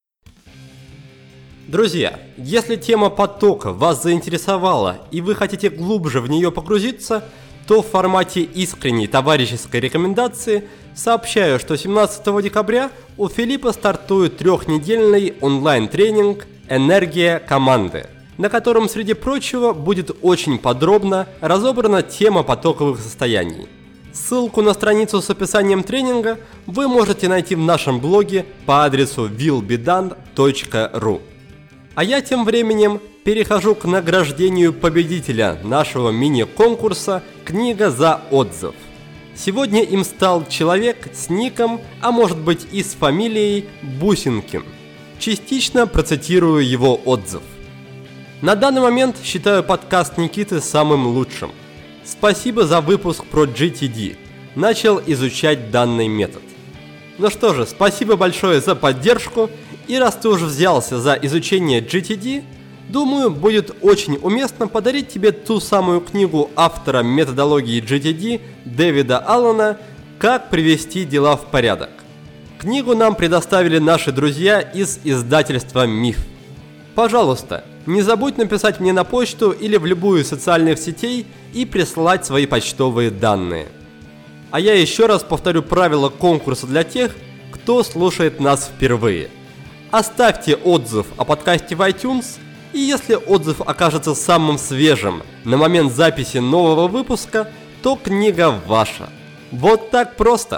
Друзья, если тема потока вас заинтересовала и вы хотите глубже в нее погрузиться, то в формате искренней товарищеской рекомендации сообщаю, что 17 декабря у Филиппа стартует 3-недельный онлайн-тренинг «Энергия команды», на котором, среди прочего, будет очень подробно разобрана тема потоковых состояний. Ссылку на страницу с описанием тренинга вы можете найти в нашем блоге по адресу willbedone.ru. А я тем временем перехожу к награждению победителя нашего мини-конкурса «Книга за отзыв». Сегодня им стал человек с ником, а может быть и с фамилией Бусинкин. Частично процитирую его отзыв. На данный момент считаю подкаст Никиты самым лучшим. Спасибо за выпуск про GTD. Начал изучать данный метод. Ну что же, спасибо большое за поддержку. И раз ты уже взялся за изучение GTD, думаю, будет очень уместно подарить тебе ту самую книгу автора методологии GTD Дэвида Аллена «Как привести дела в порядок». Книгу нам предоставили наши друзья из издательства «Миф». Пожалуйста, не забудь написать мне на почту или в любую из социальных сетей и прислать свои почтовые данные. А я еще раз повторю правила конкурса для тех, кто слушает нас впервые. Оставьте отзыв о подкасте в iTunes, и если отзыв окажется самым свежим на момент записи нового выпуска, то книга ваша. Вот так просто.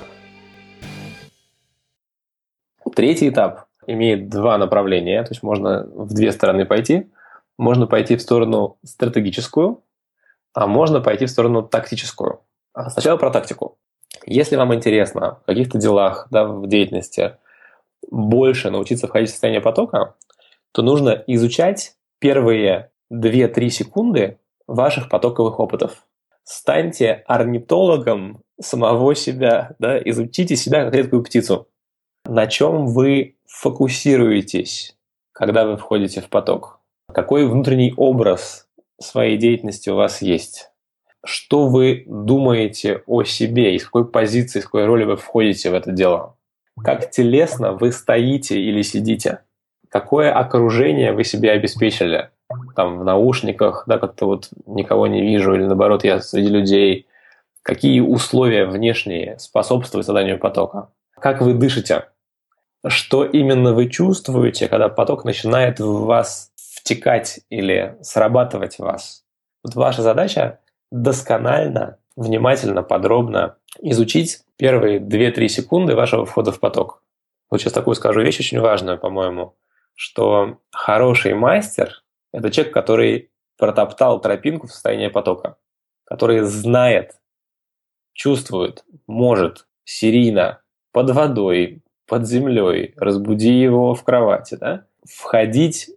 Третий этап имеет 2 направления, то есть можно в 2 стороны пойти. Можно пойти в сторону стратегическую, а можно пойти в сторону тактическую. Сначала про тактику. Если вам интересно в каких-то делах, в деятельности, больше научиться входить в состояние потока, то нужно изучать первые 2-3 секунды ваших потоковых опытов. Станьте орнитологом самого себя, изучите себя как редкую птицу. На чем вы фокусируетесь, когда вы входите в поток? Какой внутренний образ своей деятельности у вас есть? что вы думаете о себе, из какой позиции, из какой роли вы входите в это дело. Как телесно вы стоите или сидите. Какое окружение вы себе обеспечили. Там в наушниках, да, как-то вот никого не вижу, или наоборот, я среди людей. Какие условия внешние способствуют созданию потока. Как вы дышите. Что именно вы чувствуете, когда поток начинает в вас втекать или срабатывать в вас. Вот ваша задача досконально, внимательно, подробно изучить первые 2-3 секунды вашего входа в поток. Вот сейчас такую скажу вещь очень важную, по-моему, что хороший мастер – это человек, который протоптал тропинку в состоянии потока, который знает, чувствует, может серийно под водой, под землей, разбуди его в кровати, да? Входить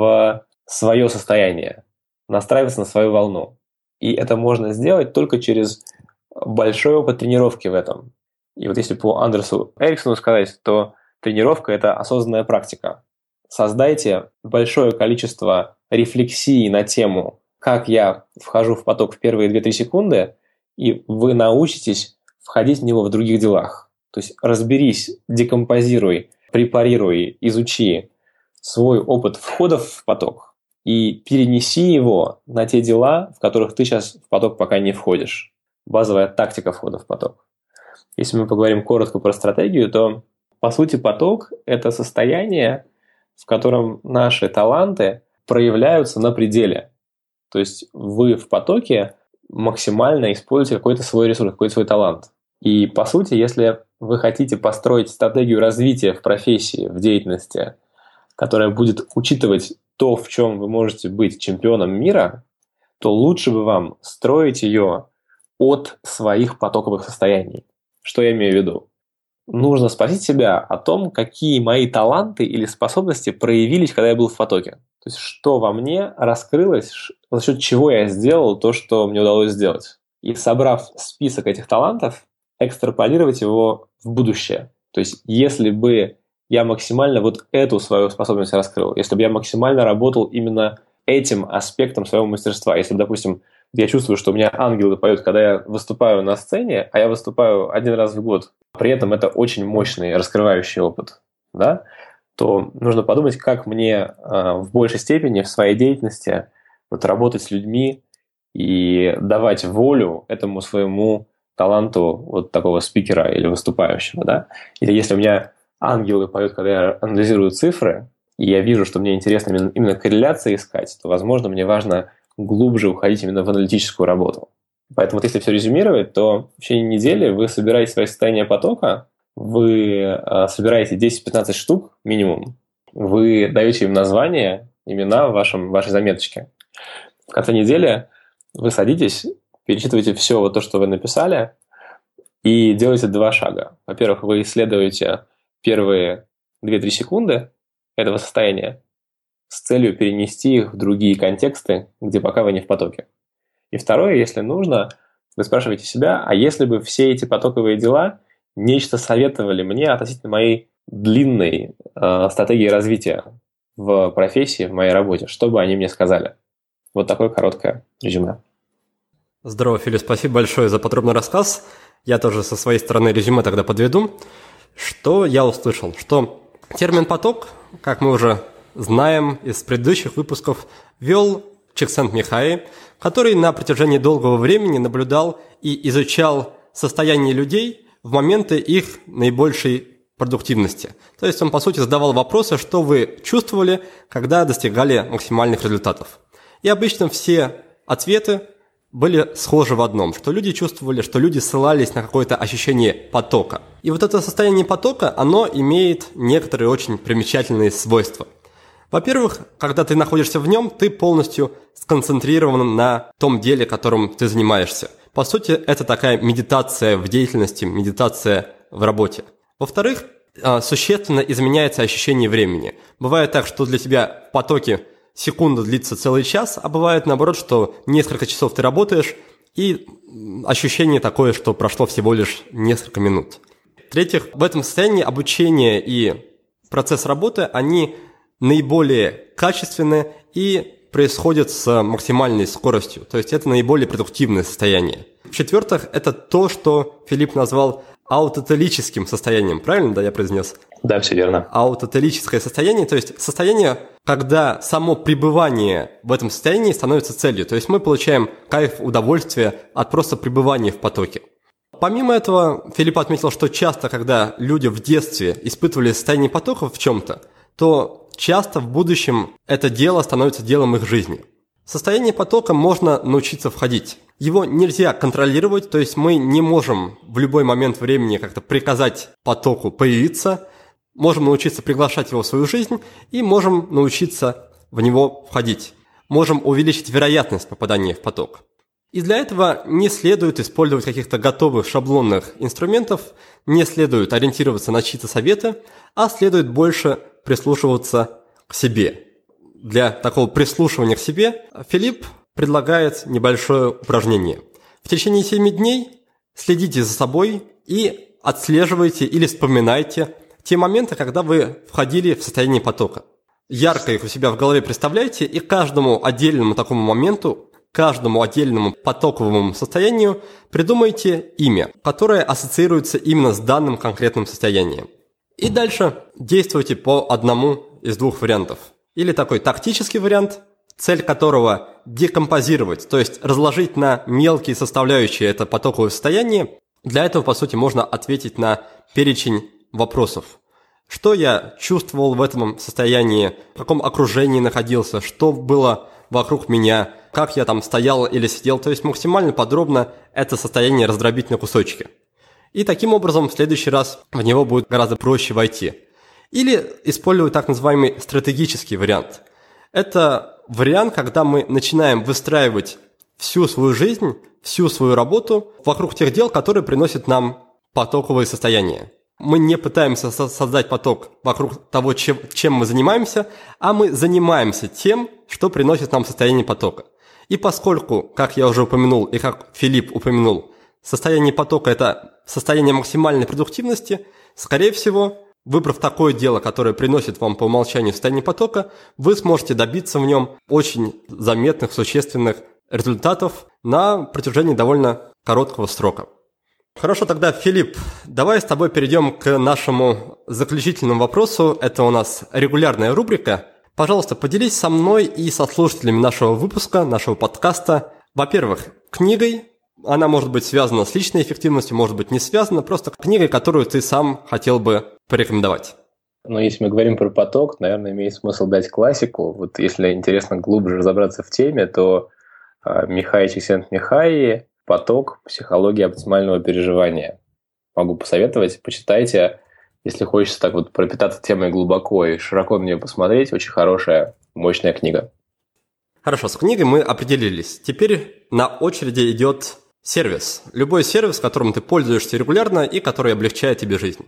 в свое состояние, настраиваться на свою волну. И это можно сделать только через большой опыт тренировки в этом. И вот если по Андерсу Эриксону сказать, то тренировка – это осознанная практика. Создайте большое количество рефлексий на тему, как я вхожу в поток в первые 2-3 секунды, и вы научитесь входить в него в других делах. То есть разберись, декомпозируй, препарируй, изучи свой опыт входов в поток и перенеси его на те дела, в которых ты сейчас в поток пока не входишь. Базовая тактика входа в поток. Если мы поговорим коротко про стратегию, то, по сути, поток – это состояние, в котором наши таланты проявляются на пределе. То есть вы в потоке максимально используете какой-то свой ресурс, какой-то свой талант. И, по сути, если вы хотите построить стратегию развития в профессии, в деятельности, которая будет учитывать то, в чем вы можете быть чемпионом мира, то лучше бы вам строить ее от своих потоковых состояний. Что я имею в виду? Нужно спросить себя о том, какие мои таланты или способности проявились, когда я был в потоке. То есть, что во мне раскрылось, за счет чего я сделал то, что мне удалось сделать. И собрав список этих талантов, экстраполировать его в будущее. То есть, если бы я максимально вот эту свою способность раскрыл, если бы я максимально работал именно этим аспектом своего мастерства, если бы, допустим, я чувствую, что у меня ангелы поют, когда я выступаю на сцене, а я выступаю 1 раз в год, при этом это очень мощный раскрывающий опыт, да, то нужно подумать, как мне в большей степени в своей деятельности вот, работать с людьми и давать волю этому своему таланту вот такого спикера или выступающего, да. Или если у меня ангелы поют, когда я анализирую цифры, и я вижу, что мне интересно именно корреляции искать, то, возможно, мне важно глубже уходить именно в аналитическую работу. Поэтому вот если все резюмировать, то в течение недели вы собираете свое состояние потока, вы собираете 10-15 штук минимум, вы даете им название, имена в вашей заметочке. В конце недели вы садитесь, перечитываете все вот то, что вы написали, и делаете 2 шага. Во-первых, вы исследуете первые 2-3 секунды этого состояния с целью перенести их в другие контексты, где пока вы не в потоке. И второе, если нужно, вы спрашиваете себя, а если бы все эти потоковые дела нечто советовали мне относительно моей длинной стратегии развития в профессии, в моей работе, что бы они мне сказали? Вот такое короткое резюме. Здорово, Филипп, спасибо большое за подробный рассказ. Я тоже со своей стороны резюме тогда подведу. Что я услышал? Что термин «поток», как мы уже знаем из предыдущих выпусков, ввел Чиксент-Михай, который на протяжении долгого времени наблюдал и изучал состояние людей в моменты их наибольшей продуктивности. То есть он, по сути, задавал вопросы, что вы чувствовали, когда достигали максимальных результатов. И обычно все ответы были схожи в одном, что люди чувствовали, что люди ссылались на какое-то ощущение потока. И вот это состояние потока, оно имеет некоторые очень примечательные свойства. Во-первых, когда ты находишься в нем, ты полностью сконцентрирован на том деле, которым ты занимаешься. По сути, это такая медитация в деятельности, медитация в работе. Во-вторых, существенно изменяется ощущение времени. Бывает так, что для тебя в потоке секунда длится целый час, а бывает наоборот, что несколько часов ты работаешь, и ощущение такое, что прошло всего лишь несколько минут. В-третьих, в этом состоянии обучение и процесс работы, они наиболее качественны и происходит с максимальной скоростью, то есть это наиболее продуктивное состояние. В-четвертых, это то, что Филипп назвал аутотелическим состоянием. Правильно, да, я произнес? Да, все верно. Аутотелическое состояние, то есть состояние, когда само пребывание в этом состоянии становится целью. То есть мы получаем кайф, удовольствие от просто пребывания в потоке. Помимо этого, Филипп отметил, что часто, когда люди в детстве испытывали состояние потока в чем-то, то часто в будущем это дело становится делом их жизни. В состояние потока можно научиться входить. Его нельзя контролировать, то есть мы не можем в любой момент времени как-то приказать потоку появиться, можем научиться приглашать его в свою жизнь и можем научиться в него входить. Можем увеличить вероятность попадания в поток. И для этого не следует использовать каких-то готовых шаблонных инструментов, не следует ориентироваться на чьи-то советы, а следует больше прислушиваться к себе. Для такого прислушивания к себе Филипп предлагает небольшое упражнение. В течение 7 дней следите за собой и отслеживайте или вспоминайте те моменты, когда вы входили в состояние потока. Ярко их у себя в голове представляйте и каждому отдельному такому моменту, каждому отдельному потоковому состоянию придумайте имя, которое ассоциируется именно с данным конкретным состоянием. И дальше действуйте по одному из двух вариантов. Или такой тактический вариант, цель которого декомпозировать, то есть разложить на мелкие составляющие это потоковое состояние. Для этого, по сути, можно ответить на перечень вопросов. Что я чувствовал в этом состоянии, в каком окружении находился, что было вокруг меня, как я там стоял или сидел, то есть максимально подробно это состояние раздробить на кусочки. И таким образом в следующий раз в него будет гораздо проще войти. Или использовать так называемый стратегический вариант. Это вариант, когда мы начинаем выстраивать всю свою жизнь, всю свою работу вокруг тех дел, которые приносят нам потоковые состояния. Мы не пытаемся создать поток вокруг того, чем мы занимаемся, а мы занимаемся тем, что приносит нам состояние потока. И поскольку, как я уже упомянул и как Филипп упомянул, состояние потока – это состояние максимальной продуктивности, скорее всего, выбрав такое дело, которое приносит вам по умолчанию состояние потока, вы сможете добиться в нем очень заметных, существенных результатов на протяжении довольно короткого срока. Хорошо, тогда, Филипп, давай с тобой перейдем к нашему заключительному вопросу. Это у нас регулярная рубрика. Пожалуйста, поделись со мной и со слушателями нашего выпуска, нашего подкаста. Во-первых, книгой. Она может быть связана с личной эффективностью, может быть не связана, просто книгой, которую ты сам хотел бы порекомендовать. Но если мы говорим про поток, наверное, имеет смысл дать классику. Вот если интересно глубже разобраться в теме, то Михай Чиксент-Михай «Поток. Психология оптимального переживания». Могу посоветовать, почитайте. Если хочется так вот пропитаться темой глубоко и широко на нее посмотреть, очень хорошая, мощная книга. Хорошо, с книгой мы определились. Теперь на очереди идет сервис. Любой сервис, которым ты пользуешься регулярно и который облегчает тебе жизнь.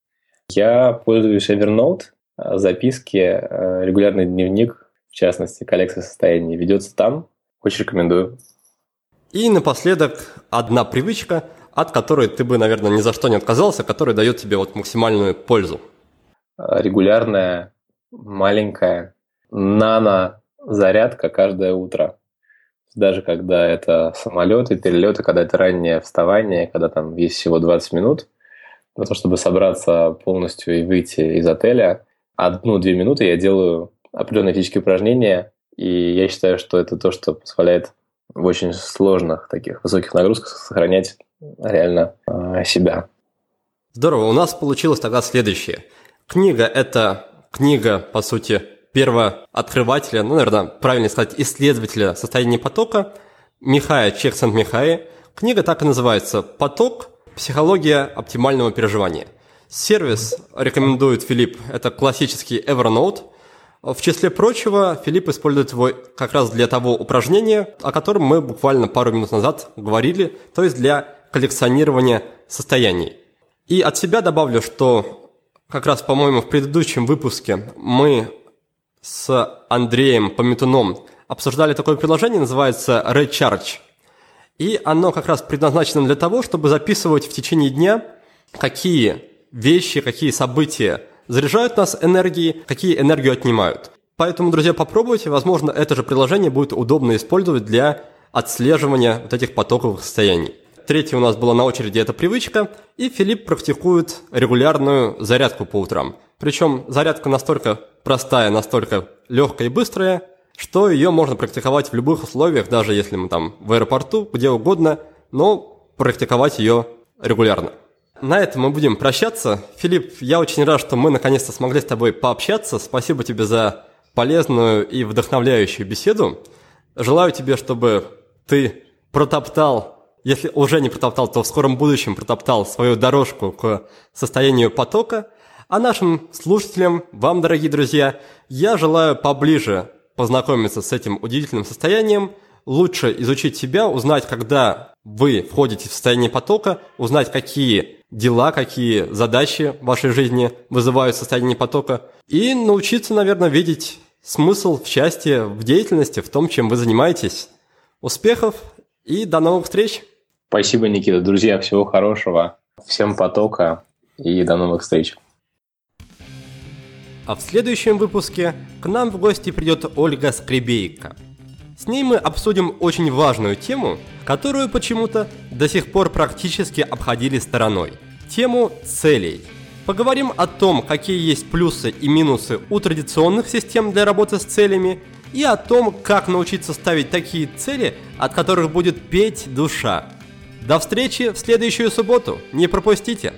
Я пользуюсь Evernote. Записки, регулярный дневник, в частности, коллекция состояний, ведется там. Очень рекомендую. И напоследок одна привычка, от которой ты бы, наверное, ни за что не отказался, которая дает тебе вот максимальную пользу. Регулярная, маленькая, нано-зарядка каждое утро. Даже когда это самолеты, перелеты, когда это раннее вставание, когда там есть всего 20 минут, для того, чтобы собраться полностью и выйти из отеля, 1-2 минуты я делаю определенные физические упражнения, и я считаю, что это то, что позволяет в очень сложных, таких высоких нагрузках сохранять реально себя. Здорово, у нас получилось тогда следующее. Книга – это книга, по сути, первооткрывателя, наверное, правильно сказать, исследователя состояния потока Михая Чиксент-Михай. Книга так и называется «Поток. Психология оптимального переживания». Сервис рекомендует Филипп, это классический Evernote. В числе прочего, Филипп использует его как раз для того упражнения, о котором мы буквально пару минут назад говорили, то есть для коллекционирования состояний. И от себя добавлю, что как раз, по-моему, в предыдущем выпуске мы с Андреем Пометуном обсуждали такое приложение, называется Recharge. И оно как раз предназначено для того, чтобы записывать в течение дня, какие вещи, какие события заряжают нас энергией, какие энергию отнимают. Поэтому, друзья, попробуйте. Возможно, это же приложение будет удобно использовать для отслеживания вот этих потоковых состояний. Третье у нас была на очереди это привычка, и Филипп практикует регулярную зарядку по утрам. Причем зарядка настолько простая, настолько легкая и быстрая, что ее можно практиковать в любых условиях, даже если мы там в аэропорту, где угодно, но практиковать ее регулярно. На этом мы будем прощаться. Филипп, я очень рад, что мы наконец-то смогли с тобой пообщаться. Спасибо тебе за полезную и вдохновляющую беседу. Желаю тебе, чтобы ты протоптал, если уже не протоптал, то в скором будущем протоптал свою дорожку к состоянию потока. А нашим слушателям, вам, дорогие друзья, я желаю поближе познакомиться с этим удивительным состоянием, лучше изучить себя, узнать, когда вы входите в состояние потока, узнать, какие дела, какие задачи в вашей жизни вызывают состояние потока, и научиться, наверное, видеть смысл в счастье, в деятельности, в том, чем вы занимаетесь. Успехов и до новых встреч! Спасибо, Никита. Друзья, всего хорошего. Всем потока и до новых встреч. А в следующем выпуске к нам в гости придет Ольга Скребейко. С ней мы обсудим очень важную тему, которую почему-то до сих пор практически обходили стороной. Тему целей. Поговорим о том, какие есть плюсы и минусы у традиционных систем для работы с целями, и о том, как научиться ставить такие цели, от которых будет петь душа. До встречи в следующую субботу, не пропустите!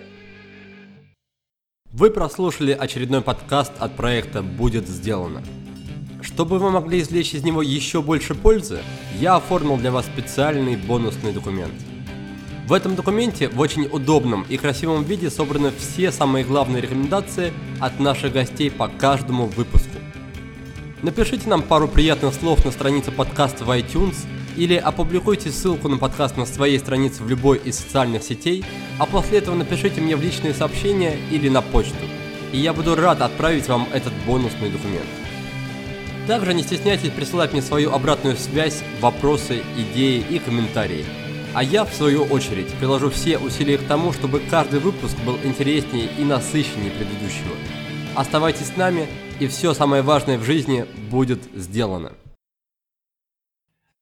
Вы прослушали очередной подкаст от проекта «Будет сделано». Чтобы вы могли извлечь из него еще больше пользы, я оформил для вас специальный бонусный документ. В этом документе в очень удобном и красивом виде собраны все самые главные рекомендации от наших гостей по каждому выпуску. Напишите нам пару приятных слов на странице подкаста в iTunes или опубликуйте ссылку на подкаст на своей странице в любой из социальных сетей, а после этого напишите мне в личные сообщения или на почту, и я буду рад отправить вам этот бонусный документ. Также не стесняйтесь присылать мне свою обратную связь, вопросы, идеи и комментарии. А я, в свою очередь, приложу все усилия к тому, чтобы каждый выпуск был интереснее и насыщеннее предыдущего. Оставайтесь с нами, и все самое важное в жизни будет сделано.